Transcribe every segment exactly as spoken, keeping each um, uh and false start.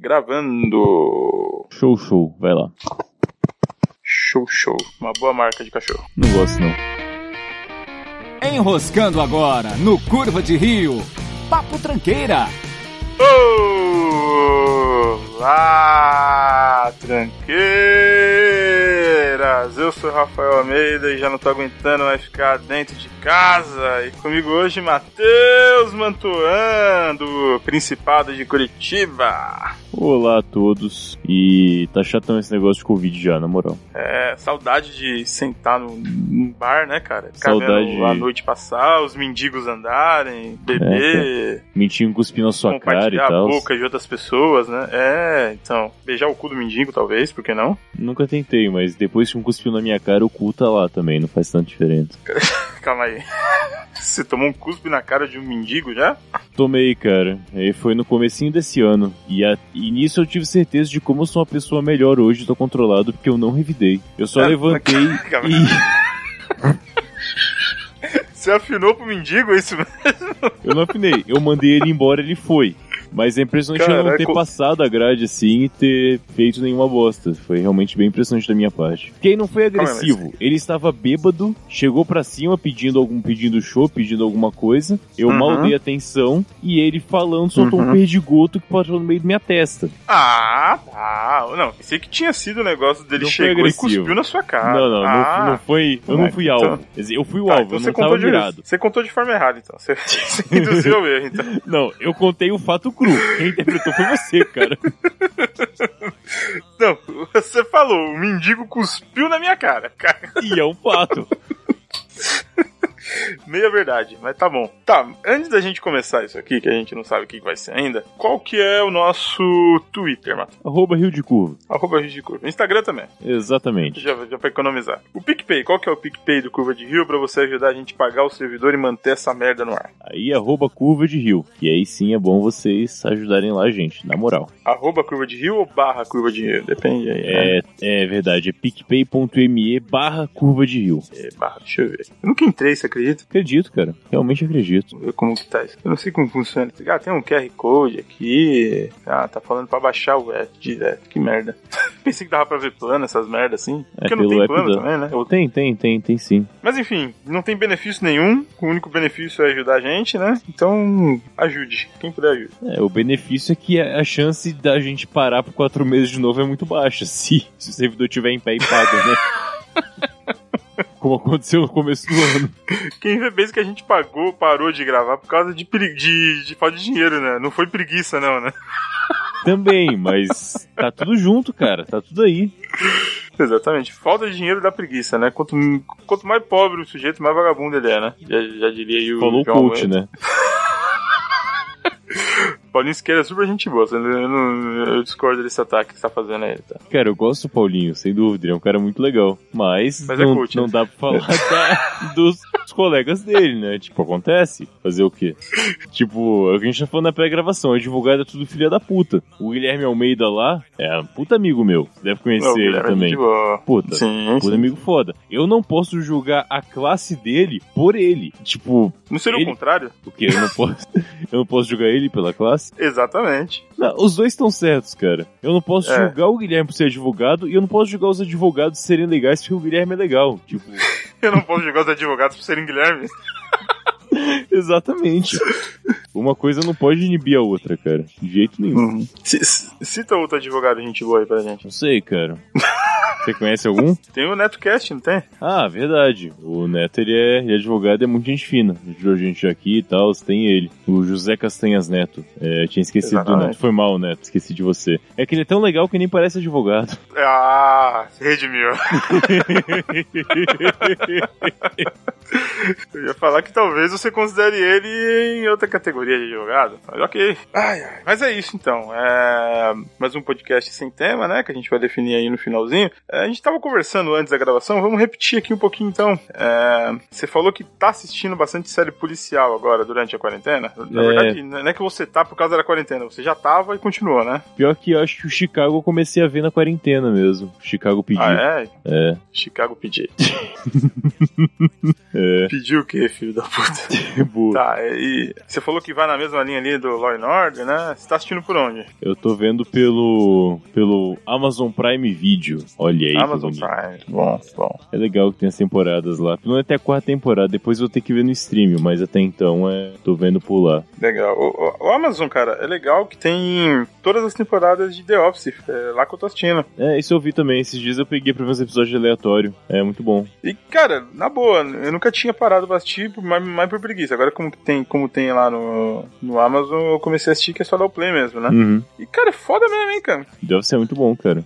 Gravando. Show, show. Vai lá. Show, show. Uma boa marca de cachorro. Não gosto, não. Enroscando agora no Curva de Rio. Papo Tranqueira. Olá, tranqueiras! Eu sou Rafael Almeida e já não tô aguentando mais ficar dentro de casa. E comigo hoje, Matheus Mantuan, do Principado de Curitiba. Olá a todos. E tá chatão esse negócio de Covid já, na moral. É, saudade de sentar num, num bar, né, cara? Ficar saudade vendo a noite passar, os mendigos andarem, beber... É, mentinho cuspindo na sua cara e tal. Compartilhar a boca de outras pessoas, né? É, então, beijar o cu do mendigo, talvez, por que não? Nunca tentei, mas depois que um cuspiu na minha cara, o cu tá lá também, não faz tanta diferença. Calma aí. Você tomou um cuspe na cara de um mendigo já? Tomei, cara. E foi no comecinho desse ano. E, a, e nisso eu tive certeza de como eu sou uma pessoa melhor hoje, tô controlado, porque eu não revidei. Eu só é, levantei calma. e... Você afinou pro mendigo, é isso mesmo? Eu não afinei. Eu mandei ele embora, ele foi. Mas é impressionante eu não ter co... passado a grade assim e ter feito nenhuma bosta. Foi realmente bem impressionante da minha parte. Porque aí não foi agressivo. Calma, mas... Ele estava bêbado, chegou pra cima pedindo algum pedindo show, pedindo alguma coisa. Eu uhum. mal dei atenção e ele falando soltou uhum. um perdigoto que passou no meio da minha testa. Ah, tá. Não, pensei que tinha sido o negócio dele, chegou e cuspiu na sua cara. Não, não, ah. não, não foi. Eu não fui alvo. Então... Eu fui o alvo, ah, então eu não tava virado. De, você contou de forma errada, então. Você, você induziu o erro, então. Não, eu contei o fato cru. Quem interpretou foi você, cara. Não, você falou, o mendigo cuspiu na minha cara, cara. E é um fato. Meia verdade, mas tá bom. Tá, antes da gente começar isso aqui, que a gente não sabe o que vai ser ainda, qual que é o nosso Twitter, Matheus? Arroba Rio de Curva. Arroba Rio de Curva. Instagram também. Exatamente. Já, já pra economizar. O PicPay, qual que é o PicPay do Curva de Rio pra você ajudar a gente a pagar o servidor e manter essa merda no ar? Aí, arroba Curva de Rio. E aí sim é bom vocês ajudarem lá, gente, na moral. Arroba Curva de Rio ou barra Curva de Rio? Depende aí. É, né? é verdade, é picpay.me barra Curva de Rio. É, barra, deixa eu ver. Eu nunca entrei, você acredita? Acredito, cara. Realmente acredito. Vamos ver como que tá isso. Eu não sei como funciona. Ah, tem um Q R Code aqui. Ah, tá falando pra baixar o app direto. Que merda. Pensei que dava pra ver plano, essas merdas assim. É, porque não tem plano da... também, né? Eu... Tem, tem, tem, tem sim. Mas enfim, não tem benefício nenhum. O único benefício é ajudar a gente, né? Então, ajude. Quem puder, ajude. É, o benefício é que a chance da gente parar por quatro meses de novo é muito baixa. Se, se o servidor tiver em pé e pago, né? Como aconteceu no começo do ano. Quem vê bem que a gente pagou, parou de gravar por causa de, peri- de, de falta de dinheiro, né? Não foi preguiça, não, né? Também, mas tá tudo junto, cara. Tá tudo aí. Exatamente. Falta de dinheiro dá preguiça, né? Quanto, quanto mais pobre o sujeito, mais vagabundo ele é, né? Já, já diria aí o Falou o coach, né? Paulinho Siqueira é super gente boa, eu, não, eu discordo desse ataque que você tá fazendo aí, tá? Cara, eu gosto do Paulinho, sem dúvida, ele é um cara muito legal. Mas, mas não, é coach, não né? dá pra falar da, dos, dos colegas dele, né? Tipo, acontece. Fazer o quê? Tipo, é o que a gente tá falando na pré-gravação, a advogada é tudo filha da puta. O Guilherme Almeida lá é um puta amigo meu, você deve conhecer não, ele também. É puta, sim, puta sim. amigo foda. Eu não posso julgar a classe dele por ele. Tipo... Não seria ele... o contrário? O quê? Eu não posso, eu não posso julgar ele pela classe? Exatamente. Não, os dois estão certos, cara. Eu não posso é. julgar o Guilherme por ser advogado e eu não posso julgar os advogados serem legais porque o Guilherme é legal. Tipo... eu não posso julgar os advogados por serem Guilherme? Exatamente. Uma coisa não pode inibir a outra, cara. De jeito nenhum. Uhum. Cita outro advogado gente boa aí pra gente. Não sei, cara. Você conhece algum? Tem o NetoCast, não tem? Ah, verdade. O Neto, ele é, ele é advogado, é muito gente fina. A gente aqui e tal, tem ele. O José Castanhas Neto. É, tinha esquecido Exatamente. do Neto. Foi mal, Neto. Esqueci de você. É que ele é tão legal que nem parece advogado. Ah, se redimiu. Eu ia falar que talvez você considere ele em outra categoria de advogado. Mas ok. Ai, ai. Mas é isso, então. É mais um podcast sem tema, né? Que a gente vai definir aí no finalzinho. a gente tava conversando antes da gravação, vamos repetir aqui um pouquinho então. É, você falou que tá assistindo bastante série policial agora, durante a quarentena. Na é... verdade, não é que você tá por causa da quarentena, você já tava e continuou, né? Pior que eu acho que o Chicago eu comecei a ver na quarentena mesmo. Chicago pediu. Ah, é? É. Chicago pediu. é. Pediu o quê, filho da puta? Boa. Tá, e você falou que vai na mesma linha ali do Law and Order, né? Você tá assistindo por onde? Eu tô vendo pelo pelo Amazon Prime Video. Olha aí. Amazon Prime. Bom, bom. É legal que tem as temporadas lá. Não é até a quarta temporada, depois eu vou ter que ver no stream, mas até então é tô vendo por lá. Legal. O, o, o Amazon, cara, é legal que tem todas as temporadas de The Office. É lá que eu tô assistindo. É, isso eu vi também. Esses dias eu peguei pra ver uns episódios aleatórios. É muito bom. E, cara, na boa, eu nunca tinha parado pra assistir, mais, mais por preguiça. Agora, como tem, como tem lá no, no Amazon, eu comecei a assistir, que é só dar o play mesmo, né? Uhum. E, cara, é foda mesmo, hein, cara? Deve ser muito bom, cara.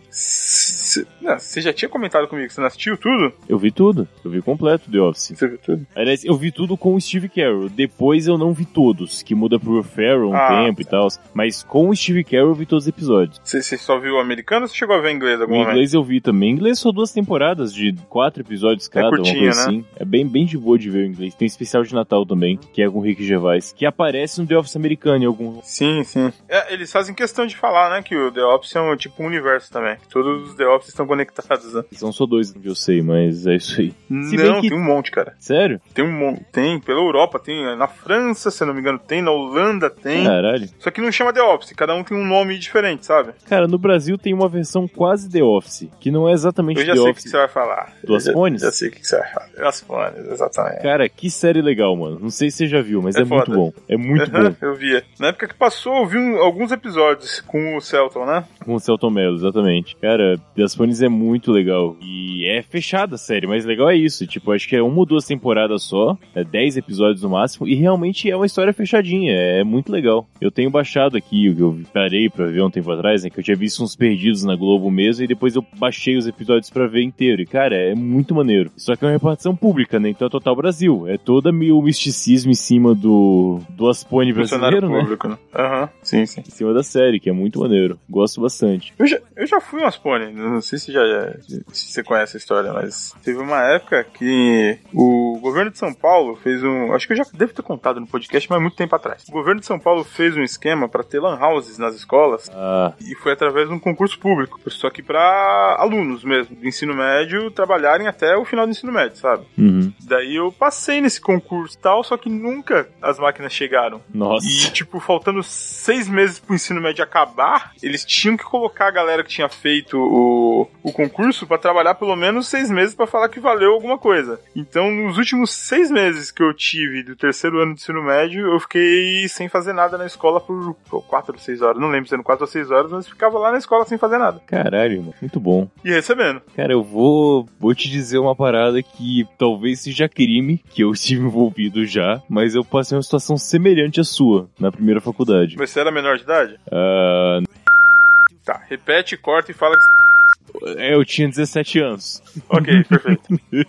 Você já tinha comentado comigo que você não assistiu tudo? Eu vi tudo. Eu vi completo The Office. Você viu tudo? Aliás, eu vi tudo com o Steve Carell. Depois eu não vi todos, que muda pro Ferrell um ah, tempo e tal. Mas com o Steve Carell eu vi todos os episódios. Você só viu o americano ou você chegou a ver em inglês algum O momento? inglês eu vi também. Em inglês são duas temporadas de quatro episódios cada, é curtinho, uma coisa né? assim. É bem, bem de boa de ver o inglês. Tem um especial de Natal também, que é com o Rick Gervais, que aparece no The Office americano em algum... Sim, sim. É, eles fazem questão de falar, né, que o The Office é um tipo um universo também. Todos os The Office estão conectados, né? São só dois que eu sei, mas é isso aí. Se não, que... tem um monte, cara. Sério? Tem um monte. Tem, pela Europa, tem na França, se eu não me engano, tem, na Holanda tem. Caralho. Só que não chama The Office, cada um tem um nome diferente, sabe? Cara, no Brasil tem uma versão quase The Office, que não é exatamente The Office. Eu já sei o que você vai falar. Do Aspones? Já, já sei o que você vai falar. Do Aspones, exatamente. Cara, que série legal, mano. Não sei se você já viu, mas é, é muito bom. É muito uhum, bom. Eu via. Na época que passou, eu vi um, alguns episódios com o Celton, né? Com o Celton Mello, exatamente. Cara, The Aspones é muito legal. E é fechada a série, mas legal é isso. Tipo, acho que é uma ou duas temporadas só, é dez episódios no máximo, e realmente é uma história fechadinha. É muito legal. Eu tenho baixado aqui, eu parei pra ver um tempo atrás, né? Que eu tinha visto uns perdidos na Globo mesmo, e depois eu baixei os episódios pra ver inteiro. E, cara, é muito maneiro. Só que é uma repartição pública, né? Então é Total Brasil. É todo o misticismo em cima do, do Aspone brasileiro, né? Público, né? Aham, uhum. Sim, sim. Em cima da série, que é muito maneiro. Gosto bastante. Eu já, eu já fui um Aspone. Não sei se, já, se você conhece a história, mas teve uma época que o governo de São Paulo fez um... Acho que eu já devo ter contado no podcast, mas muito tempo atrás. O governo de São Paulo fez um esquema pra ter lan houses nas escolas, ah. e foi através de um concurso público. Só que pra alunos mesmo, do ensino médio, trabalharem até o final do ensino médio, sabe? Uhum. Daí eu passei nesse concurso e tal, só que nunca as máquinas chegaram. Nossa. E, tipo, faltando seis meses pro ensino médio acabar, eles tinham que colocar a galera que tinha feito o, o concurso pra trabalhar pelo menos seis meses pra falar que valeu alguma coisa. Então, nos últimos seis meses que eu tive do terceiro ano do ensino médio, eu fiquei sem fazer nada na escola por, por quatro ou seis horas. Não lembro se eram quatro ou seis horas, mas ficava lá na escola sem fazer nada. Caralho, mano. Muito bom. E recebendo. Cara, eu vou, vou te dizer uma parada que talvez seja crime, que eu estive envolvido já, mas eu passei uma situação semelhante à sua na primeira faculdade. Mas você era menor de idade? Ah... Uh... Tá, repete, corta e fala que... É, eu tinha dezessete anos. Ok, perfeito.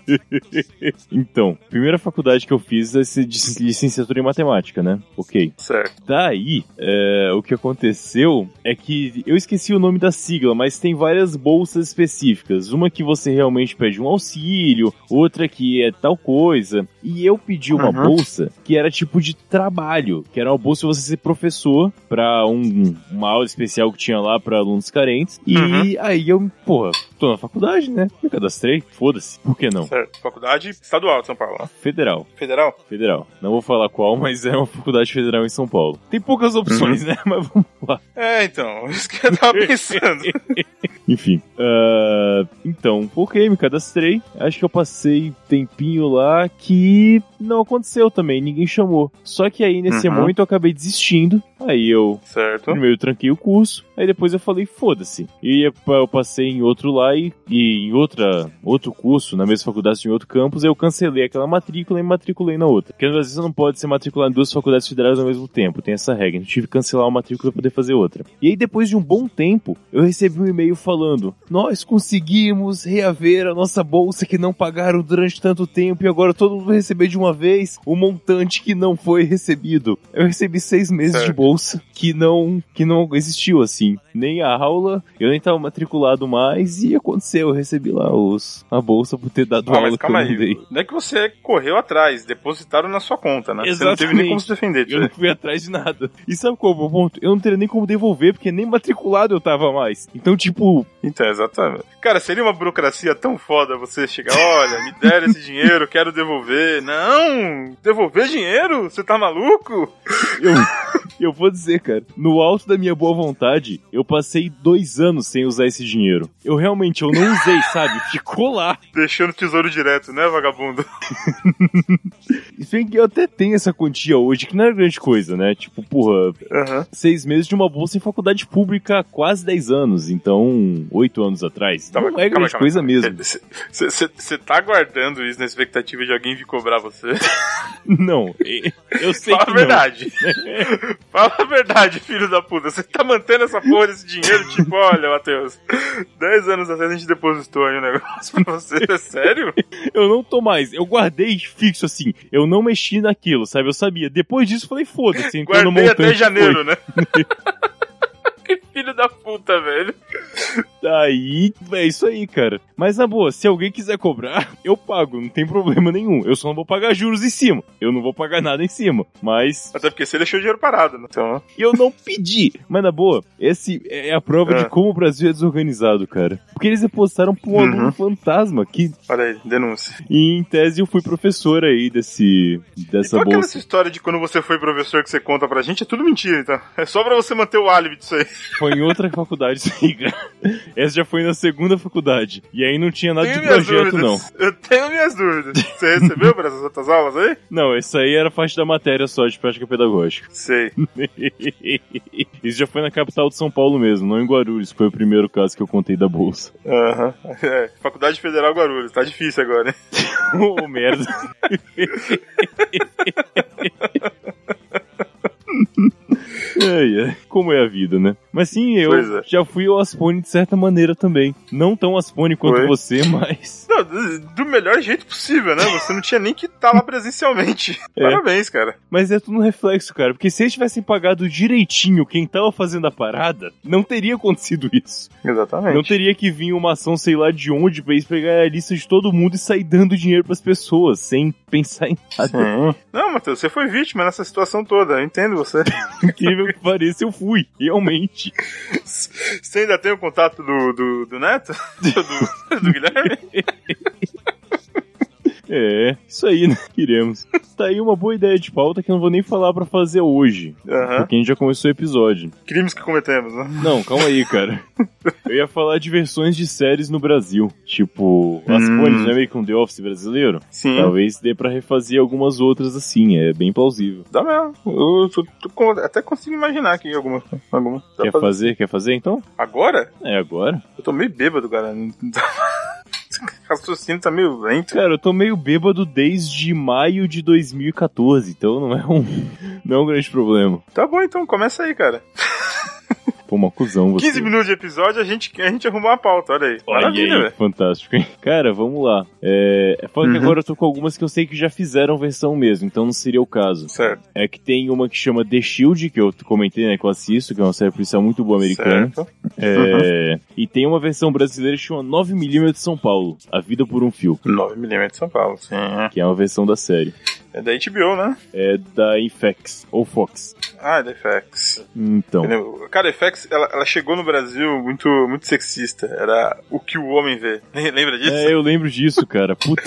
Então, primeira faculdade que eu fiz é de licenciatura em matemática, né? Ok. Certo. Daí, é, o que aconteceu é que eu esqueci o nome da sigla, mas tem várias bolsas específicas. Uma que você realmente pede um auxílio, outra que é tal coisa. E eu pedi uma uhum. bolsa que era tipo de trabalho, que era uma bolsa pra você ser professor pra um, uma aula especial que tinha lá pra alunos carentes. E uhum. aí eu, porra, tô na faculdade, né? Me cadastrei, foda-se, por que não? Certo. Faculdade estadual de São Paulo, né? Federal. Federal? Federal. Não vou falar qual, mas é uma faculdade federal em São Paulo. Tem poucas opções, uhum. né? Mas vamos lá. É, então, isso que eu tava pensando. Enfim. Uh, então, ok, me cadastrei. Acho que eu passei tempinho lá que não aconteceu também, ninguém chamou. Só que aí, nesse uhum. momento, eu acabei desistindo. Aí eu certo. primeiro tranquei o curso, aí depois eu falei, foda-se. E eu passei em outro lá e, e em outra, outro curso, na mesma faculdade, em outro campus, eu cancelei aquela matrícula e me matriculei na outra. Porque às vezes você não pode ser matriculado em duas faculdades federais ao mesmo tempo, tem essa regra. Eu tive que cancelar uma matrícula pra poder poder fazer outra. E aí, depois de um bom tempo, eu recebi um e-mail falando: nós conseguimos reaver a nossa bolsa que não pagaram durante tanto tempo e agora todo mundo vai receber de uma vez o montante que não foi recebido. Eu recebi seis meses certo. de bolsa que não, que não existiu, assim. Nem a aula, eu nem tava matriculado mais e aconteceu, eu recebi lá os, a bolsa por ter dado ah, aula mas que eu não dei. Não é que você correu atrás, depositaram na sua conta, né? Exatamente. Você não teve nem como se defender. Eu não fui atrás de nada. E sabe qual é o ponto? Eu não teria nem como devolver, porque nem matriculado eu tava mais. Então, tipo... Então, exatamente. Cara, seria uma burocracia tão foda você chegar, olha, me deram esse dinheiro, quero devolver. Não! Devolver dinheiro? Você tá maluco? Eu, eu vou dizer, cara, no alto da minha boa vontade, eu passei dois anos sem usar esse dinheiro. Eu realmente, eu não usei, sabe? Ficou lá. Deixando tesouro direto, né, vagabundo? Enfim, eu até tenho essa quantia hoje, que não é grande coisa, né? Tipo, porra, uhum. seis meses de uma bolsa em faculdade pública há quase dez anos, então, oito anos atrás. Tá, não é grande calma, coisa calma. mesmo. Você tá guardando isso na expectativa de alguém vir cobrar você? Não, eu sei Fala que a verdade. Fala a verdade, filho da puta. Você tá mantendo essa porra desse dinheiro, tipo, olha, Matheus, dez anos atrás a gente depositou aí um negócio pra você, é sério? Eu não tô mais, eu guardei fixo assim, eu não mexi naquilo, sabe? Eu sabia. Depois disso, falei, foda-se. Guardei até janeiro, foi. né? Que filho da puta, velho. Aí, é isso aí, cara. Mas na boa, se alguém quiser cobrar, eu pago, não tem problema nenhum. Eu só não vou pagar juros em cima. Eu não vou pagar nada em cima, mas... Até porque você deixou o dinheiro parado, né? Então... Eu não pedi. Mas na boa, esse é a prova é. de como o Brasil é desorganizado, cara. Porque eles depositaram pra um uhum. aluno fantasma que... Olha aí, denúncia. E em tese eu fui professor aí desse, dessa e qual bolsa. Essa história de quando você foi professor que você conta pra gente é tudo mentira, então. É só pra você manter o álibi disso aí. Foi em outra faculdade isso aí, cara. Essa já foi na segunda faculdade. E aí não tinha nada tenho de projeto, dúvidas. não. Eu tenho minhas dúvidas. Você recebeu para essas outras aulas aí? Não, essa aí era parte da matéria só, de prática pedagógica. Sei. Isso já foi na capital de São Paulo mesmo, não em Guarulhos, que foi o primeiro caso que eu contei da bolsa. Aham. Uhum. É, Faculdade Federal Guarulhos, tá difícil agora, hein? Ô, oh, merda. É, é. Como é a vida, né? Mas sim, eu é. já fui ao Aspone de certa maneira também. Não tão Aspone quanto Foi. você, mas... Não, do, do melhor jeito possível, né? Você não tinha nem que estar lá presencialmente. É. Parabéns, cara. Mas é tudo um reflexo, cara. Porque se eles tivessem pagado direitinho quem tava fazendo a parada, não teria acontecido isso. Exatamente. Não teria que vir uma ação, sei lá de onde, pra eles pegar a lista de todo mundo e sair dando dinheiro pras pessoas, sem pensar em nada. Sim. Não, Matheus, você foi vítima nessa situação toda. Eu entendo você. Incrível que pareça, eu fui. Realmente. Você ainda tem o contato do, do, do Neto? Do, do Guilherme? É, isso aí, né? Queremos. Tá aí uma boa ideia de pauta que eu não vou nem falar pra fazer hoje. Uhum. Porque a gente já começou o episódio. Crimes que cometemos, né? Não, calma aí, cara. Eu ia falar de versões de séries no Brasil. Tipo, As hum. Pones, não é meio que um The Office brasileiro? Sim. Talvez dê pra refazer algumas outras assim, é bem plausível. Dá mesmo. Eu tô, tô, até consigo imaginar aqui alguma. alguma. Quer fazer? fazer? Quer fazer então? Agora? É, agora. Eu tô meio bêbado, cara. O raciocínio tá meio lento. Cara, eu tô meio bêbado desde maio de dois mil e catorze, então não é um, não é um grande problema. Tá bom, então, começa aí, cara. Pô, uma cuzão você. quinze minutos de episódio, a gente, a gente arrumou uma pauta, olha aí. Olha aí, velho. Fantástico, hein? Cara, vamos lá. É, é foda uhum. que agora eu tô com algumas que eu sei que já fizeram versão mesmo, então não seria o caso. Certo. É que tem uma que chama The Shield, que eu comentei, né, que eu assisto, que é uma série policial muito boa americana. Certo. É, uhum. E tem uma versão brasileira que chama nove milímetros São Paulo, A Vida por um Fio. nove milímetros São Paulo, sim. Que é uma versão da série. É da H B O, né? É da F X, ou Fox. Ah, é da F X. Então. Cara, a F X, ela, ela chegou no Brasil muito, muito sexista. Era o que o homem vê. Lembra disso? É, eu lembro disso, cara. Puta...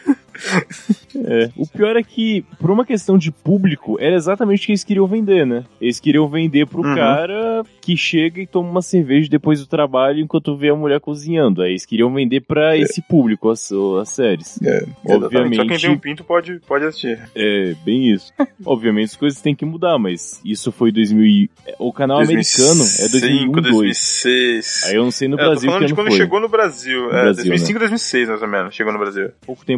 É. O pior é que, por uma questão de público, era exatamente o que eles queriam vender, né? Eles queriam vender pro uhum. cara que chega e toma uma cerveja depois do trabalho enquanto vê a mulher cozinhando. Aí eles queriam vender pra é. esse público as, as séries. É, obviamente. Só quem tem um pinto pode, pode assistir. É, bem isso. Obviamente as coisas têm que mudar, mas isso foi dois mil e... O canal dois mil e cinco, americano é dois mil e um, dois mil e seis. Aí eu não sei no é, Brasil eu tô falando que de ano quando foi. chegou no Brasil. No é, Brasil, dois mil e cinco, né? dois mil e seis, mais ou menos, chegou no Brasil. Pouco tempo depois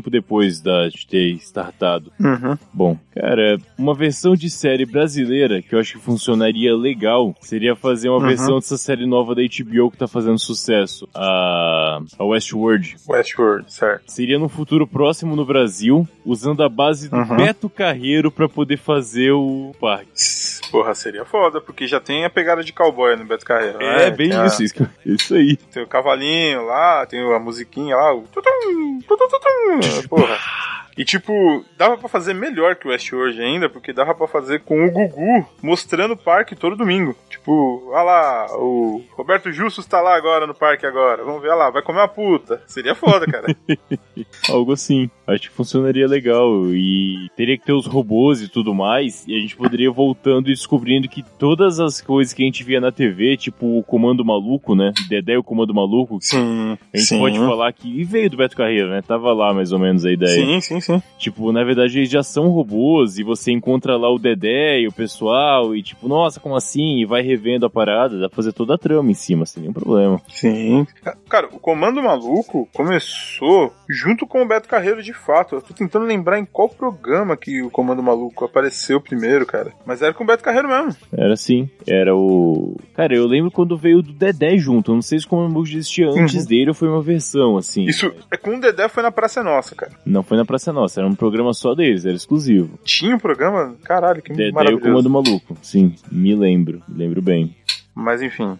depois da, de ter startado. Uhum. Bom, cara, uma versão de série brasileira que eu acho que funcionaria legal seria fazer uma uhum. versão dessa série nova da H B O que tá fazendo sucesso, a, a Westworld. Westworld, certo. Seria no futuro próximo no Brasil, usando a base do uhum. Beto Carreiro pra poder fazer o parque. Porra, seria foda, porque já tem a pegada de cowboy no Beto Carreiro. É, né? bem tem isso, a... isso, isso aí. Tem o cavalinho lá, tem a musiquinha lá, o tutum, tutum, tutum, porra. E tipo, dava pra fazer melhor que o Westworld ainda, porque dava pra fazer com o Gugu mostrando o parque todo domingo. Tipo, olha lá, o Roberto Justus tá lá agora no parque agora. Vamos ver, olha lá, vai comer uma puta. Seria foda, cara. Algo assim. Acho que funcionaria legal. E teria que ter os robôs e tudo mais. E a gente poderia ir voltando e descobrindo que todas as coisas que a gente via na T V, tipo o Comando Maluco, né? Dedé e o Comando Maluco. Sim. A gente sim. pode falar que. E veio do Beto Carreiro, né? Tava lá mais ou menos a ideia. Sim, sim, sim. Tipo, na verdade eles já são robôs e você encontra lá o Dedé e o pessoal e tipo, nossa, como assim? E vai revendo a parada, dá pra fazer toda a trama em cima, sem nenhum problema. Sim. Cara, o Comando Maluco começou junto com o Beto Carreiro de fato. Eu tô tentando lembrar em qual programa que o Comando Maluco apareceu primeiro, cara. Mas era com o Beto Carreiro mesmo. Era assim, era o... Cara, eu lembro quando veio do Dedé junto, eu não sei se o Comando Maluco existia antes uhum. dele ou foi uma versão, assim. Isso, é com o Dedé foi na Praça Nossa, cara. Não foi na Praça Nossa, era um programa só deles, era exclusivo. Tinha um programa? Caralho, que Dedé maravilhoso. Dedé e o Comando Maluco, sim, me lembro, me lembro bem. Mas enfim,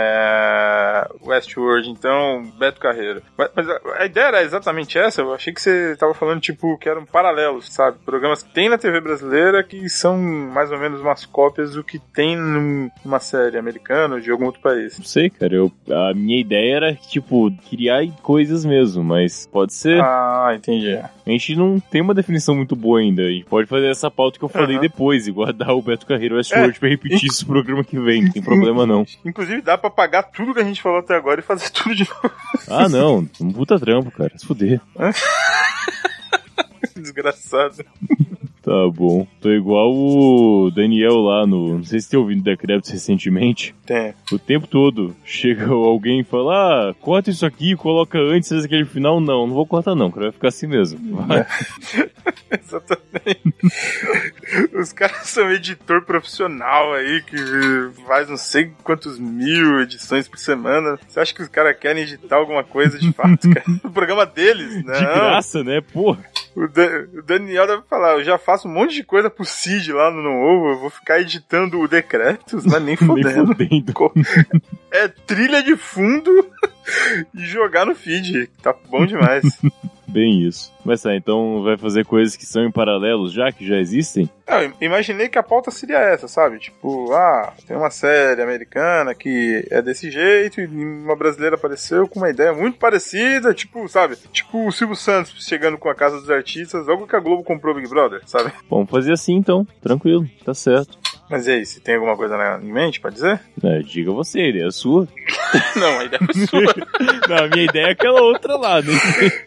é... Westworld, então, Beto Carreiro. Mas, mas a ideia era exatamente essa? Eu achei que você tava falando, tipo, que eram paralelos, sabe? Programas que tem na T V brasileira que são mais ou menos umas cópias do que tem numa série americana ou de algum outro país. Não sei, cara. Eu, a minha ideia era, tipo, criar coisas mesmo, mas pode ser... Ah, entendi. A gente não tem uma definição muito boa ainda. A gente pode fazer essa pauta que eu falei uhum. depois e guardar o Beto Carreiro Westworld é, pra repetir isso no programa que vem. Não tem problema não. Inclusive dá pra pagar tudo que a gente falou até agora e fazer tudo de novo. Ah, não. Um puta trampo, cara. Se fuder. Desgraçado. Tá bom. Tô igual o Daniel lá no... Não sei se você tem ouvido Decrépito recentemente. Tem. O tempo todo chega alguém e fala, ah, corta isso aqui, coloca antes aquele final. Não, não vou cortar não, cara. Vai ficar assim mesmo. Vai. Exatamente. Os caras são editor profissional aí que faz não sei quantos mil edições por semana. Você acha que os caras querem editar alguma coisa de fato, cara? O programa deles, né? De graça, né? Porra. O, Dan- o Daniel deve falar, eu já faço um monte de coisa pro Cid lá no Não Ovo, eu vou ficar editando o Decretos, mas nem fodendo. nem fodendo. É trilha de fundo e jogar no feed, tá bom demais. Bem isso. Mas tá, então vai fazer coisas que são em paralelos já, que já existem? Eu imaginei que a pauta seria essa, sabe? Tipo, ah, tem uma série americana que é desse jeito e uma brasileira apareceu com uma ideia muito parecida, tipo, sabe? Tipo o Silvio Santos chegando com a Casa dos Artistas, algo que a Globo comprou Big Brother, sabe? Vamos fazer assim então, tranquilo, tá certo. Mas e aí, você tem alguma coisa na, em mente pra dizer? É, diga você, a ideia é sua. Não, a ideia é sua. Não, a minha ideia é aquela outra lá, né?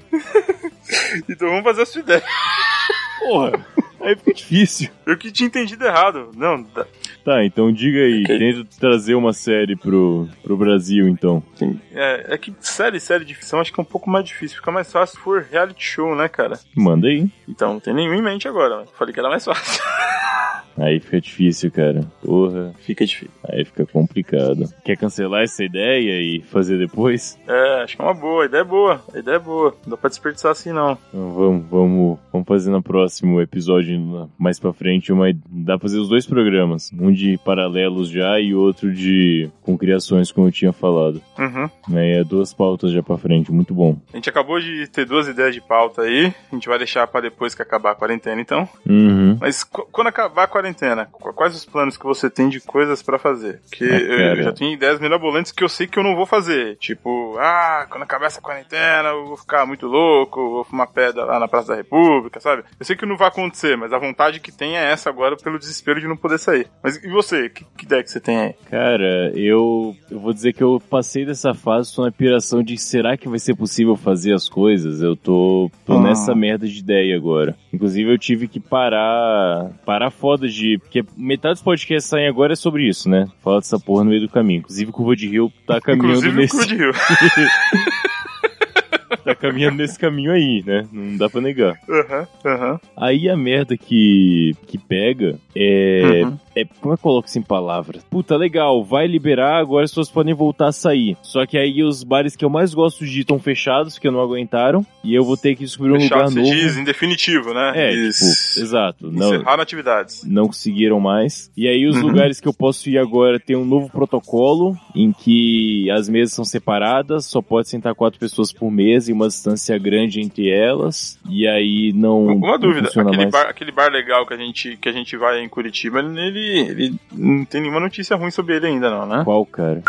Então vamos fazer a sua ideia. Porra, aí fica difícil. Eu que tinha entendido errado. Não, tá. Tá, então diga aí, okay. Tenta trazer uma série pro, pro Brasil, então. É, é que série, série de ficção acho que é um pouco mais difícil. Fica mais fácil se for reality show, né, cara? Manda aí. Então, não tem nenhum em mente agora. Falei que era mais fácil. Aí fica difícil, cara. Porra. Fica difícil. Aí fica complicado. Quer cancelar essa ideia e fazer depois? É, acho que é uma boa. A ideia é boa. A ideia é boa. Não dá pra desperdiçar assim, não. Então, vamos, vamos, vamos fazer no próximo episódio, mais pra frente. Uma, dá pra fazer os dois programas. Um de paralelos já e outro de com criações, como eu tinha falado. Uhum. É, duas pautas já pra frente. Muito bom. A gente acabou de ter duas ideias de pauta aí. A gente vai deixar pra depois que acabar a quarentena, então. Uhum. Mas qu- quando acabar a quarentena, quais os planos que você tem de coisas pra fazer? Porque ah, eu já tenho ideias mirabolantes que eu sei que eu não vou fazer. Tipo, ah, quando acabar essa quarentena eu vou ficar muito louco, vou fumar pedra lá na Praça da República, sabe? Eu sei que não vai acontecer, mas a vontade que tem é essa agora pelo desespero de não poder sair. Mas e você? Que, que ideia que você tem aí? Cara, eu, eu vou dizer que eu passei dessa fase, tô na piração de será que vai ser possível fazer as coisas? Eu tô, tô hum. nessa merda de ideia agora. Inclusive eu tive que parar, parar foda de... Porque metade dos podcasts saem agora é sobre isso, né? Fala dessa porra no meio do caminho. Inclusive Curva de Rio tá caminhando Inclusive nesse... Curva de Rio. tá caminhando nesse caminho aí, né? Não dá pra negar. Aham, uhum, aham. Uhum. Aí a merda que, que pega é... Uhum. É, como é que eu coloco isso em palavras? Puta, legal, vai liberar, agora as pessoas podem voltar a sair. Só que aí os bares que eu mais gosto de ir estão fechados, porque não aguentaram, e eu vou ter que descobrir um Fechado, lugar novo. Você diz, em definitivo, né? É, Isso. tipo, exato. Não, encerraram atividades. Não conseguiram mais. E aí os uhum. lugares que eu posso ir agora tem um novo protocolo, em que as mesas são separadas, só pode sentar quatro pessoas por mesa e uma distância grande entre elas, e aí não Uma não dúvida, funciona aquele mais. bar, aquele bar legal que a gente, que a gente vai em Curitiba, ele, ele não tem nenhuma notícia ruim sobre ele ainda não, né? Qual, cara?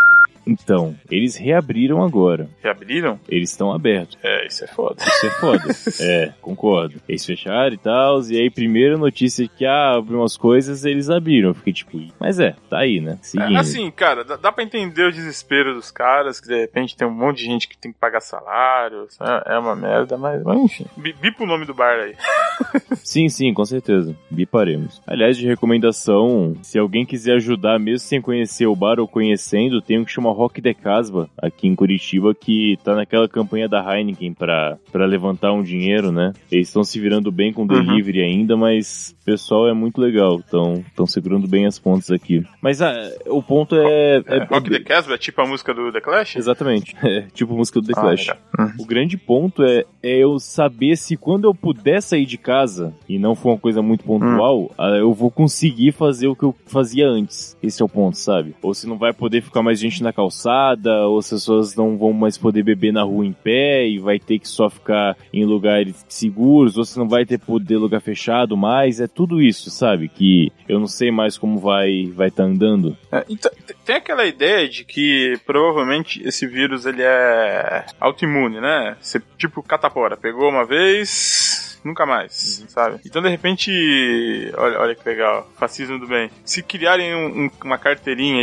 Então, eles reabriram agora. Reabriram? Eles estão abertos. É, isso é foda. Isso é foda. É, concordo. Eles fecharam e tal, e aí primeira notícia que ah, abriu umas coisas, eles abriram. Eu fiquei tipo, mas é, tá aí, né? Seguindo. É, assim, cara, dá, dá pra entender o desespero dos caras, que de repente tem um monte de gente que tem que pagar salário, é, é uma merda, mas, mas enfim. Bipa o nome do bar aí. Sim, sim, com certeza. Biparemos. Aliás, de recomendação, se alguém quiser ajudar, mesmo sem conhecer o bar ou conhecendo, tem um que chama Rock de Casbah, aqui em Curitiba, que tá naquela campanha da Heineken pra, pra levantar um dinheiro, né? Eles estão se virando bem com delivery uhum. ainda, mas o pessoal é muito legal, estão segurando bem as pontas aqui. Mas ah, o ponto é... é, é Rock é, de Casbah é tipo a música do The Clash? Exatamente, é tipo a música do The ah, Clash. Uhum. O grande ponto é, é eu saber se quando eu puder sair de casa, e não for uma coisa muito pontual, uhum. eu vou conseguir fazer o que eu fazia antes. Esse é o ponto, sabe? Ou se não vai poder ficar mais gente na calçada, ou se as pessoas não vão mais poder beber na rua em pé e vai ter que só ficar em lugares seguros, ou se não vai ter poder lugar fechado mais, é tudo isso, sabe? Que eu não sei mais como vai vai tá andando. É, então, tem aquela ideia de que provavelmente esse vírus ele é autoimune, né? Você, tipo catapora, pegou uma vez... Nunca mais, uhum. sabe? Então, de repente, olha, olha que legal, fascismo do bem. Se criarem um, um, uma carteirinha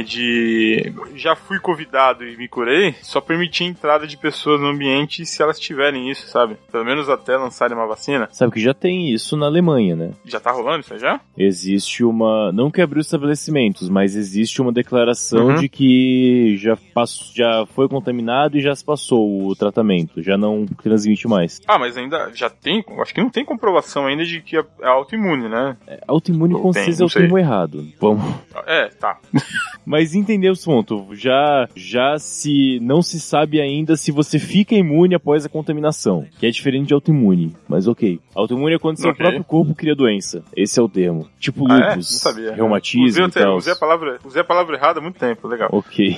de já fui convidado e me curei, só permitir a entrada de pessoas no ambiente se elas tiverem isso, sabe? Pelo menos até lançarem uma vacina. Sabe que já tem isso na Alemanha, né? Já tá rolando isso aí já? Existe uma... Não que abriu estabelecimentos, mas existe uma declaração uhum. de que já, passou, já foi contaminado e já se passou o tratamento. Já não transmite mais. Ah, mas ainda já tem... Acho que não tem comprovação ainda de que é autoimune, né? É, autoimune com certeza é o termo errado. Vamos. É, tá. Mas entendeu o ponto. Já, já se não se sabe ainda se você fica imune após a contaminação, que é diferente de autoimune. Mas ok. Autoimune é quando seu okay. próprio corpo cria doença. Esse é o termo. Tipo ah, lúpus, é? Não sabia. reumatismo usei, e tal. Usei a palavra, usei a palavra errada há muito tempo. Legal. Ok.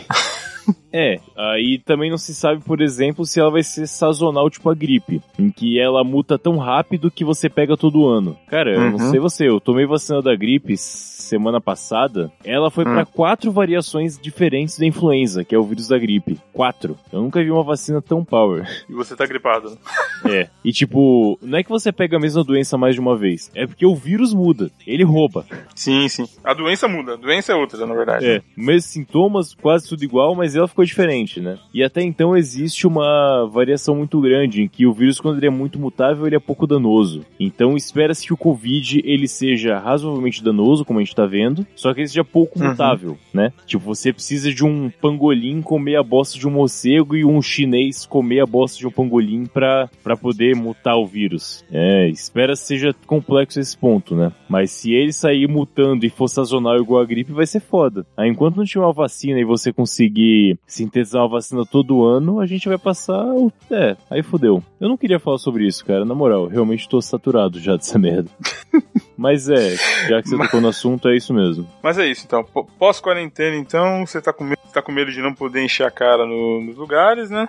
É, aí também não se sabe, por exemplo, se ela vai ser sazonal, tipo a gripe, em que ela muta tão rápido que você pega todo ano. Cara, eu uhum. não sei você, eu tomei vacina da gripe semana passada, ela foi uhum. pra quatro variações diferentes da influenza, que é o vírus da gripe. Quatro. Eu nunca vi uma vacina tão power. E você tá gripado. É, e tipo, não é que você pega a mesma doença mais de uma vez, é porque o vírus muda, ele rouba. Sim, sim. A doença muda, a doença é outra, na verdade. É, mesmos sintomas, quase tudo igual, mas ela ficou diferente, né? E até então existe uma variação muito grande, em que o vírus, quando ele é muito mutável, ele é pouco danoso. Então espera-se que o Covid, ele seja razoavelmente danoso, como a gente tá vendo, só que ele seja pouco uhum. mutável, né? Tipo, você precisa de um pangolim comer a bosta de um morcego e um chinês comer a bosta de um pangolim pra, pra poder mutar o vírus. É, espera-se que seja complexo esse ponto, né? Mas se ele sair mutando e for sazonal igual a gripe, vai ser foda. Aí, enquanto não tiver uma vacina e você conseguir sintetizar uma vacina todo ano, a gente vai passar... O... É, aí fodeu. Eu não queria falar sobre isso, cara, na moral. Realmente tô saturado já dessa merda. Mas é, já que você tocou no assunto, é isso mesmo. Mas é isso, então. Pós-quarentena, então, você tá com medo, tá com medo de não poder encher a cara no, nos lugares, né?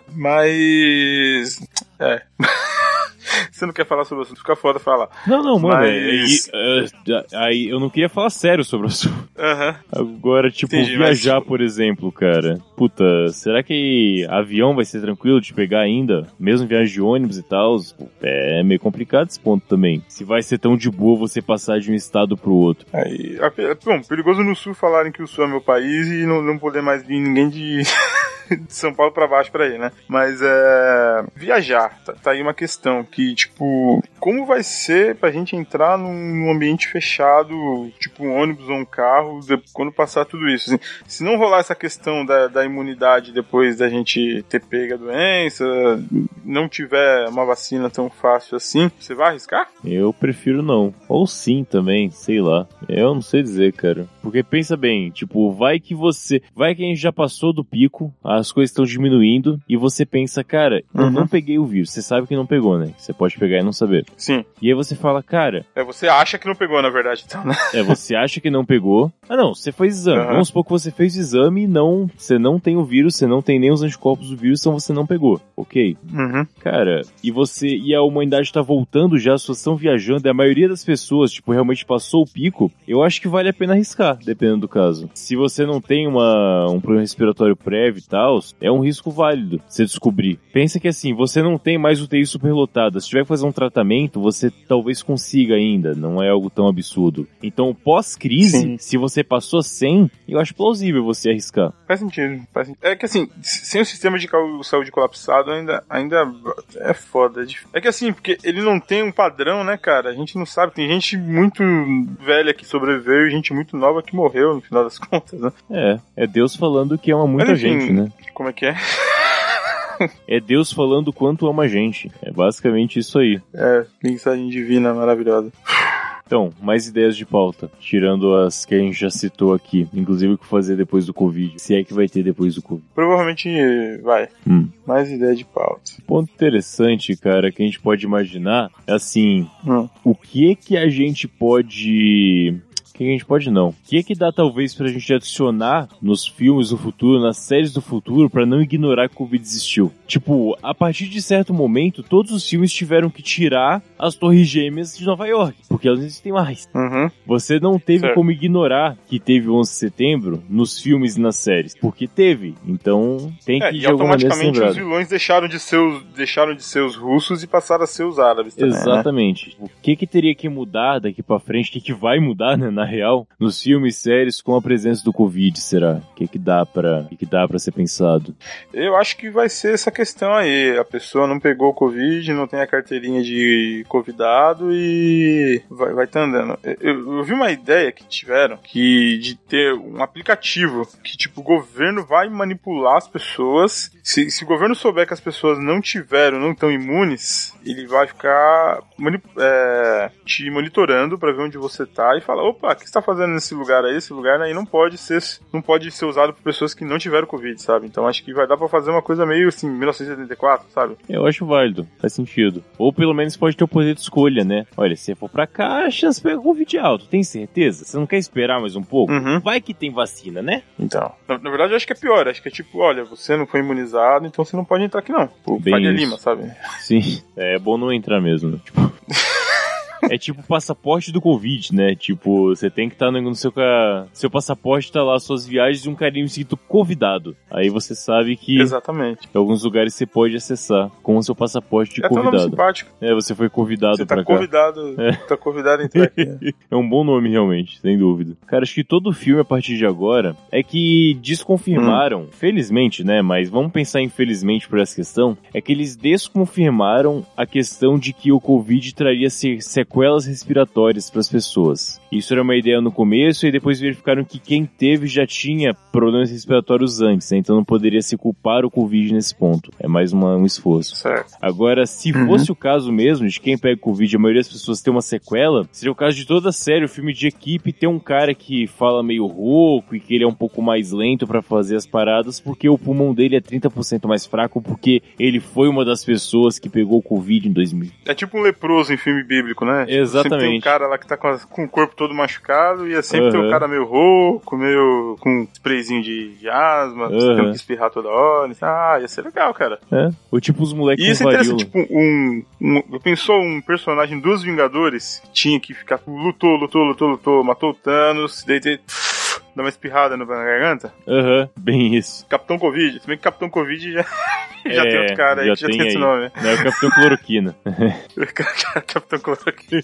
Mas... É... Você não quer falar sobre o assunto, fica foda falar. Não, não, mano. Mas... Aí, aí eu não queria falar sério sobre o assunto. Uhum. Agora, tipo, Entendi, viajar, mas... por exemplo, cara. Puta, será que avião vai ser tranquilo de pegar ainda? Mesmo viagem de ônibus e tal? É meio complicado esse ponto também. Se vai ser tão de boa você passar de um estado pro outro. Aí, bom, perigoso no sul falarem que o sul é meu país e não, não poder mais vir ninguém de... de São Paulo pra baixo pra ir, né? Mas é... viajar, tá, tá aí uma questão que, tipo, como vai ser pra gente entrar num, num ambiente fechado, tipo um ônibus ou um carro, de, quando passar tudo isso? Assim, se não rolar essa questão da, da imunidade depois da gente ter pego a doença, não tiver uma vacina tão fácil assim, você vai arriscar? Eu prefiro não. Ou sim também, sei lá. Eu não sei dizer, cara. Porque pensa bem, tipo, vai que você... Vai que a gente já passou do pico, as coisas estão diminuindo, e você pensa, cara, eu uhum. não peguei o vírus. Você sabe que não pegou, né? Você pode pegar e não saber. Sim. E aí você fala, cara... É, você acha que não pegou, na verdade, então, né? É, você acha que não pegou. Ah, não, você fez exame. Uhum. Vamos supor que você fez o exame e não... Você não tem o vírus, você não tem nem os anticorpos do vírus, então você não pegou. Ok? Uhum. Cara, e você... E a humanidade tá voltando já, as pessoas estão viajando, e a maioria das pessoas, tipo, realmente passou o pico, eu acho que vale a pena arriscar, dependendo do caso. Se você não tem uma, um problema respiratório prévio e tal, é um risco válido você descobrir. Pensa que assim, você não tem mais U T I superlotada. Se tiver que fazer um tratamento, você talvez consiga ainda, não é algo tão absurdo. Então, pós-crise, sim, se você passou sem, eu acho plausível você arriscar. Faz sentido, faz sentido. É que assim, sem o sistema de saúde colapsado, ainda, ainda é foda. É que assim, porque ele não tem um padrão, né, cara? A gente não sabe, tem gente muito velha que sobreviveu e gente muito nova que morreu, no final das contas, né? É, é Deus falando que ama muita Mas, enfim, gente, né? Como é que é? É Deus falando quanto ama a gente. É basicamente isso aí. É, mensagem divina maravilhosa. Então, mais ideias de pauta, tirando as que a gente já citou aqui, inclusive o que fazer depois do Covid, se é que vai ter depois do Covid. Provavelmente vai. Hum. Mais ideias de pauta. Ponto interessante, cara, que a gente pode imaginar, é assim, hum. o que que a gente pode... O que a gente pode não? O que é que dá talvez pra gente adicionar nos filmes do futuro, nas séries do futuro, pra não ignorar que o Covid existiu? Tipo, a partir de certo momento, todos os filmes tiveram que tirar as Torres Gêmeas de Nova York, porque elas não existem mais. Uhum. Você não teve certo. como ignorar que teve onze de setembro nos filmes e nas séries, porque teve. Então, tem que é, de e alguma maneira automaticamente os vilões deixaram de, ser os, deixaram de ser os russos e passaram a ser os árabes também, exatamente. Né? O que que teria que mudar daqui pra frente? O que que vai mudar, né, na real, nos filmes e séries com a presença do Covid, será? O que que dá pra, o que que dá pra ser pensado? Eu acho que vai ser essa questão aí. A pessoa não pegou o Covid, não tem a carteirinha de convidado e vai, vai tá andando. Eu, eu vi uma ideia que tiveram que de ter um aplicativo que, tipo, o governo vai manipular as pessoas. Se, se o governo souber que as pessoas não tiveram, não estão imunes, ele vai ficar manip- é, te monitorando pra ver onde você tá e falar, opa, o que você tá fazendo nesse lugar aí? Esse lugar aí não pode ser, não pode ser usado por pessoas que não tiveram Covid, sabe? Então acho que vai dar pra fazer uma coisa meio assim, mil novecentos e setenta e quatro, sabe? Eu acho válido, faz sentido. Ou pelo menos pode ter o poder de escolha, né? Olha, se você for pra cá, a chance de pegar Covid alto, tem certeza? Você não quer esperar mais um pouco? Uhum. Vai que tem vacina, né? Então, na, na verdade eu acho que é pior, acho que é tipo, olha, você não foi imunizado, então você não pode entrar aqui não. Pô, Faria Lima, sabe? Sim, é bom não entrar mesmo, né? Tipo... É tipo o passaporte do Covid, né? Tipo, você tem que estar tá no seu... Seu passaporte tá lá, suas viagens e um carinho escrito convidado. Aí você sabe que... Exatamente. Em alguns lugares você pode acessar com o seu passaporte de é convidado. Tão simpático. É, você foi convidado você tá pra convidado, cá. É. Tá convidado a entrar aqui. Né? É um bom nome, realmente, sem dúvida. Cara, acho que todo filme, a partir de agora, é que desconfirmaram, hum. felizmente, né? Mas vamos pensar infelizmente por essa questão, é que eles desconfirmaram a questão de que o Covid traria sequências sequelas respiratórias para as pessoas. Isso era uma ideia no começo e depois verificaram que quem teve já tinha problemas respiratórios antes, né? Então não poderia se culpar o Covid nesse ponto. É mais uma, um esforço. Certo. Agora, se uhum. fosse o caso mesmo de quem pega Covid, a maioria das pessoas tem uma sequela, seria o caso de toda a série, o filme de equipe, ter um cara que fala meio rouco e que ele é um pouco mais lento para fazer as paradas porque o pulmão dele é trinta por cento mais fraco porque ele foi uma das pessoas que pegou Covid em dois mil. É tipo um leproso em filme bíblico, né? Exatamente. Sempre tem um cara lá que tá com, a, com o corpo todo machucado e é sempre uhum. tem um cara meio rouco, meio com um sprayzinho de, de asma, uhum. você tem que espirrar toda hora. Ah, ia ser legal, cara. É, ou tipo os moleques com varíola. E isso é interessante, tipo, um, um... Pensou um personagem dos Vingadores que tinha que ficar... Lutou, lutou, lutou, lutou, matou o Thanos, daí... daí dá uma espirrada na garganta. Aham, uhum, bem isso. Capitão Covid. Se bem que Capitão Covid já já é, tem outro cara aí, já, já tem, tem esse nome. Não, é o Capitão Cloroquina. Capitão Cloroquina.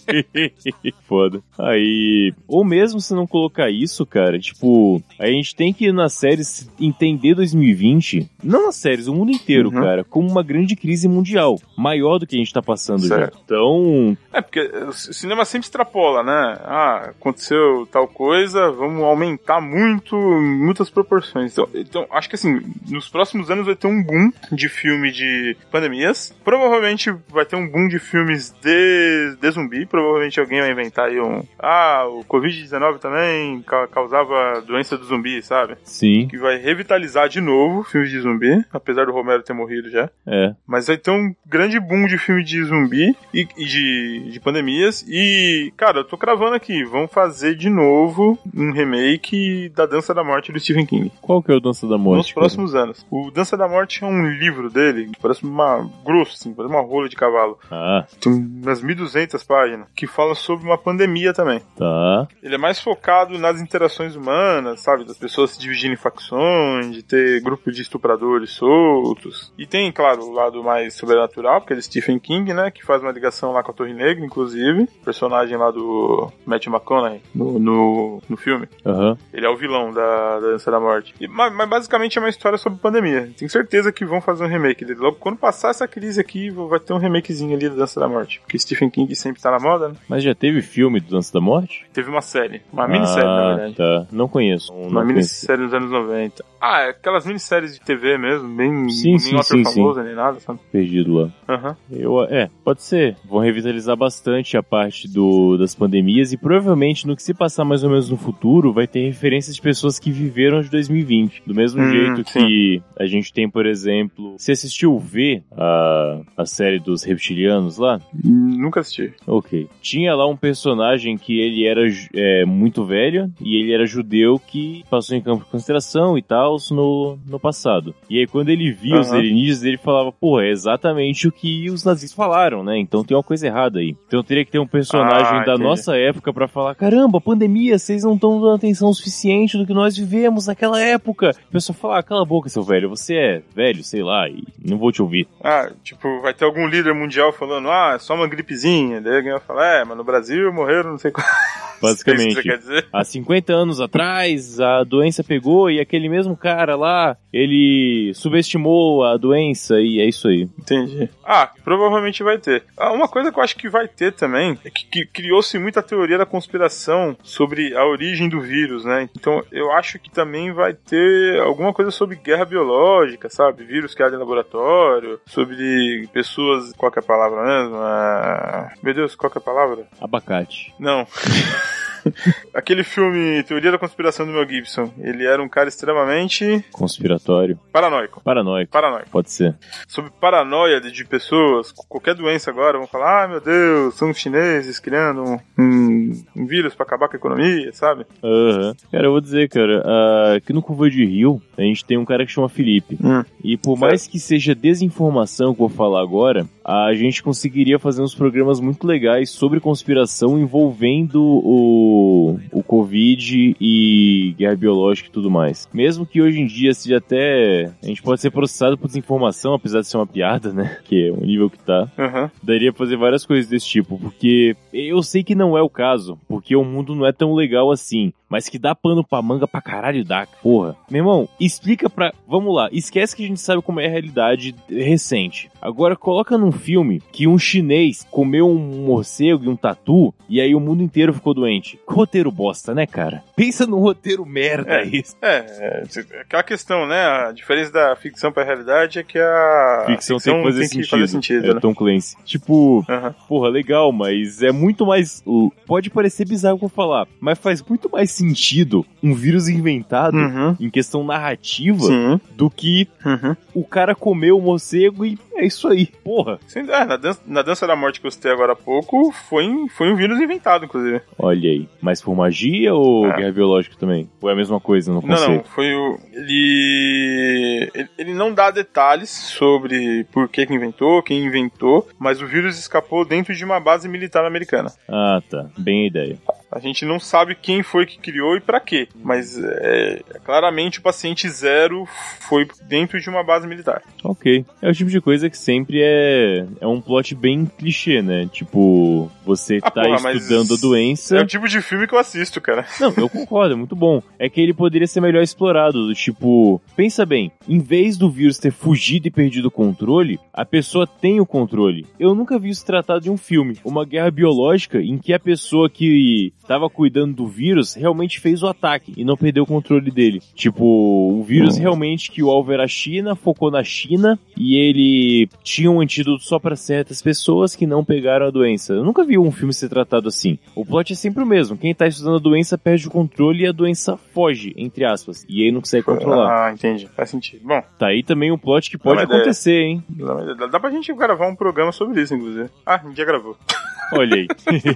Foda. Aí, ou mesmo se não colocar isso, cara, tipo, a gente tem que nas séries entender dois mil e vinte, não nas séries, o mundo inteiro, uhum. cara, como uma grande crise mundial, maior do que a gente tá passando certo. já. Então... É, porque o cinema sempre extrapola, né? Ah, aconteceu tal coisa, vamos aumentar muito, muitas proporções. Então, então, acho que assim, nos próximos anos vai ter um boom de filme de pandemias, provavelmente vai ter um boom de filmes de, de zumbi, provavelmente alguém vai inventar aí um... Ah, o covid dezenove também ca- causava doença do zumbi, sabe? Sim. Que vai revitalizar de novo filmes de zumbi, apesar do Romero ter morrido já. É. Mas vai ter um grande boom de filme de zumbi e, e de, de pandemias. E, cara, eu tô cravando aqui, vão fazer de novo um remake da Dança da Morte do Stephen King. Qual que é o Dança da Morte? Nos próximos cara? anos. O Dança da Morte é um livro dele, que parece uma grosso, assim, parece uma rola de cavalo. Ah. Tem umas mil e duzentas páginas, que fala sobre uma pandemia também. Tá. Ele é mais focado nas interações humanas, sabe? Das pessoas se dividindo em facções, de ter grupo de estupradores soltos. E tem, claro, o lado mais sobrenatural, porque é de Stephen King, né? Que faz uma ligação lá com a Torre Negra, inclusive. Personagem lá do Matthew McConaughey no, no, no filme. Uhum. Ele é o vilão da, da Dança da Morte. E, mas, mas basicamente é uma história sobre pandemia. Tenho certeza que vão fazer um remake dele. Logo quando passar essa crise aqui, vai ter um remakezinho ali da Dança da Morte. Porque Stephen King sempre tá na moda, né? Mas já teve filme do Dança da Morte? Teve uma série. Uma ah, minissérie, na verdade. Tá. Não conheço. Não uma minissérie nos anos noventa. Ah, é aquelas minisséries de T V mesmo, bem sim, sim, nem sim, famoso, sim. nem nada, sabe? Perdido lá. Uhum. Eu, é, pode ser. Vão revitalizar bastante a parte do, das pandemias e provavelmente no que se passar mais ou menos no futuro vai ter referências de pessoas que viveram de dois mil e vinte. Do mesmo hum, jeito sim. que a gente tem, por exemplo... Você assistiu o V, a, a série dos reptilianos lá? Nunca assisti. Ok. Tinha lá um personagem que ele era é, muito velho e ele era judeu que passou em campo de concentração e tal no, no passado. E aí quando ele via uhum. os alienígenas, ele falava, pô, é exatamente o que os nazistas falaram, né? Então tem uma coisa errada aí. Então teria que ter um personagem ah, da entendi. nossa época pra falar, caramba, pandemia, vocês não estão dando atenção suficiente do que nós vivemos naquela época. O pessoal fala, ah, cala a boca, seu velho, você é velho, sei lá, e não vou te ouvir. Ah, tipo, vai ter algum líder mundial falando, ah, é só uma gripezinha. Daí alguém vai falar, é, mas no Brasil morreram não sei quantos. Basicamente, há cinquenta anos atrás, a doença pegou e aquele mesmo cara lá, ele subestimou a doença e é isso aí. Entendi. Ah, provavelmente vai ter. Ah, uma coisa que eu acho que vai ter também é que, que criou-se muita teoria da conspiração sobre a origem do vírus, né? Então, eu acho que também vai ter alguma coisa sobre guerra biológica, sabe? Vírus criado em laboratório, sobre pessoas... Qual que é a palavra mesmo? Ah, meu Deus, qual que é a palavra? Abacate. Não. Aquele filme Teoria da Conspiração do Mel Gibson, ele era um cara extremamente... Conspiratório. Paranoico. Paranoico. Paranoico. Pode ser. Sobre paranoia de, de pessoas, qualquer doença agora, vão falar, ah, meu Deus, são os chineses criando um, um, um vírus pra acabar com a economia, sabe? Aham. Uhum. Cara, eu vou dizer, cara, uh, aqui no Curva de Rio, a gente tem um cara que chama Felipe. Hum. E por certo. mais que seja desinformação que eu vou falar agora, a gente conseguiria fazer uns programas muito legais sobre conspiração envolvendo o o Covid e guerra biológica e tudo mais. Mesmo que hoje em dia seja até... A gente pode ser processado por desinformação, apesar de ser uma piada, né? Que é o nível que tá. Uhum. Daria pra fazer várias coisas desse tipo, porque eu sei que não é o caso, porque o mundo não é tão legal assim, mas que dá pano pra manga pra caralho dá, porra. Meu irmão, explica pra... Vamos lá, esquece que a gente sabe como é a realidade recente. Agora coloca num filme que um chinês comeu um morcego e um tatu, e aí o mundo inteiro ficou doente. Roteiro bosta, né, cara? Pensa num roteiro merda é, isso. É, é, aquela questão, né? A diferença da ficção pra realidade é que a ficção, ficção tem que fazer tem sentido. Que fazer sentido é, né? Tom Clancy. Tipo, uhum. porra, legal, mas é muito mais... Pode parecer bizarro que eu vou falar, mas faz muito mais sentido um vírus inventado uhum. em questão narrativa Sim. do que uhum. o cara comeu o morcego e é isso aí, porra. Sim, é, na, dança, na Dança da Morte que eu citei agora há pouco, foi, foi um vírus inventado, inclusive. Olha aí. Mas por magia ou é. guerra biológica também? Ou é a mesma coisa no conceito? Não, não. Foi o... Ele... ele... Ele não dá detalhes sobre por que que inventou, quem inventou, mas o vírus escapou dentro de uma base militar americana. Ah, tá. Bem a ideia. A gente não sabe quem foi que criou e pra quê, mas é, claramente o paciente zero foi dentro de uma base militar. Ok. É o tipo de coisa que sempre é, é um plot bem clichê, né? Tipo, você ah, tá porra, estudando a doença... É o tipo de filme que eu assisto, cara. Não, eu concordo, é muito bom. É que ele poderia ser melhor explorado, do tipo... Pensa bem, em vez do vírus ter fugido e perdido o controle, a pessoa tem o controle. Eu nunca vi isso tratado de um filme. Uma guerra biológica em que a pessoa que estava cuidando do vírus realmente fez o ataque e não perdeu o controle dele. Tipo, o vírus realmente que o alvo era a China, focou na China e ele tinha um antídoto só para certas pessoas que não pegaram a doença. Eu nunca vi um filme ser tratado assim. O plot é sempre o mesmo. Quem tá estudando a doença perde o controle e a doença foge, entre aspas. E aí não consegue controlar. Ah, entendi. Faz sentido. Bom. Tá aí também um plot que pode acontecer, ideia. hein? Dá, dá pra gente gravar um programa sobre isso, inclusive. Ah, a gente já gravou. Olha aí.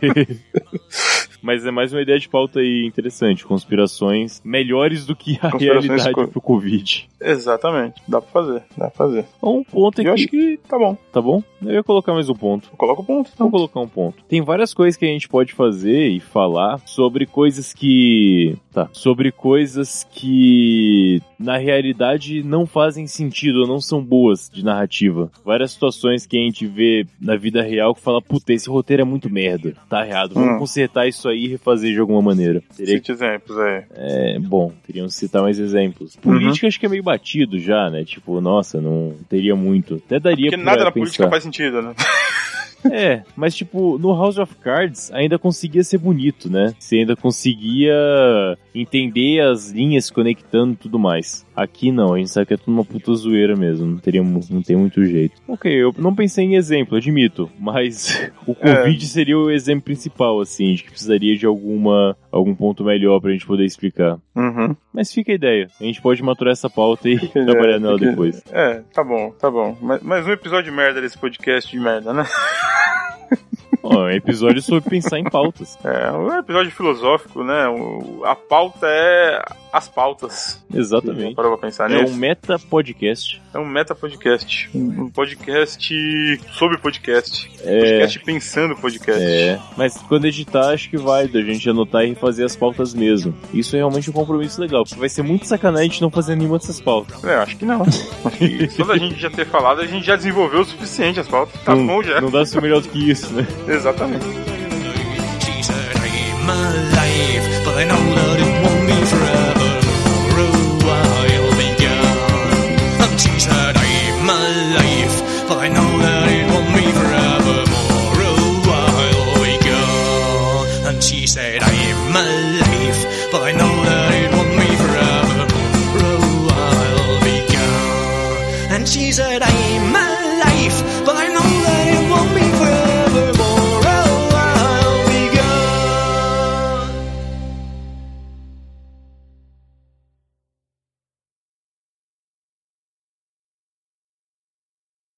Mas é mais uma ideia de pauta aí interessante. Conspirações melhores do que a realidade co... pro Covid. Exatamente. Dá pra fazer. Dá pra fazer. Um ponto aqui. Eu acho que tá bom. Tá bom? Eu ia colocar mais um ponto. Coloca o um ponto. Vou colocar um ponto. Tem várias coisas que a gente pode fazer e falar sobre coisas que... Tá. Sobre coisas que na realidade não fazem sentido ou não são boas de narrativa. Várias situações que a gente vê na vida real que fala, puta, esse roteiro é muito merda. Tá errado. Vamos hum. consertar isso aí e refazer de alguma maneira. Teria... Cite exemplos aí. É, bom, teríamos que citar mais exemplos. Política uhum. acho que é meio batido já, né? Tipo, nossa, não teria muito. Até daria pra Porque nada na pensar. política faz sentido, né? É, mas tipo, no House of Cards ainda conseguia ser bonito, né? Você ainda conseguia entender as linhas conectando e tudo mais. Aqui não, a gente sabe que é tudo uma puta zoeira mesmo, não, teria, não tem muito jeito. Ok, eu não pensei em exemplo, admito, mas o Covid é. seria o exemplo principal, assim, de que precisaria de alguma, algum ponto melhor pra gente poder explicar. Uhum. Mas fica a ideia, a gente pode maturar essa pauta e fica trabalhar nela fica... depois. É, tá bom, tá bom. Mas, mas um episódio de merda desse podcast de merda, né? Oh, é um episódio sobre pensar em pautas. É, um episódio filosófico, né? O, a pauta é as pautas. Exatamente. Parou pra pensar é nisso? um meta podcast. É um meta podcast. Um podcast sobre podcast. É... Podcast pensando podcast. É, mas quando editar, acho que vai a gente anotar e refazer as pautas mesmo. Isso é realmente um compromisso legal, porque vai ser muito sacanagem a gente não fazer nenhuma dessas pautas. É, acho que não. Só da gente já ter falado, a gente já desenvolveu o suficiente as pautas. Tá não, bom já. Não dá pra ser melhor do que isso, né? Exatamente. She said, I am my life, but I know that it won't be forever. Oh, I'll be gone. And she said, I am my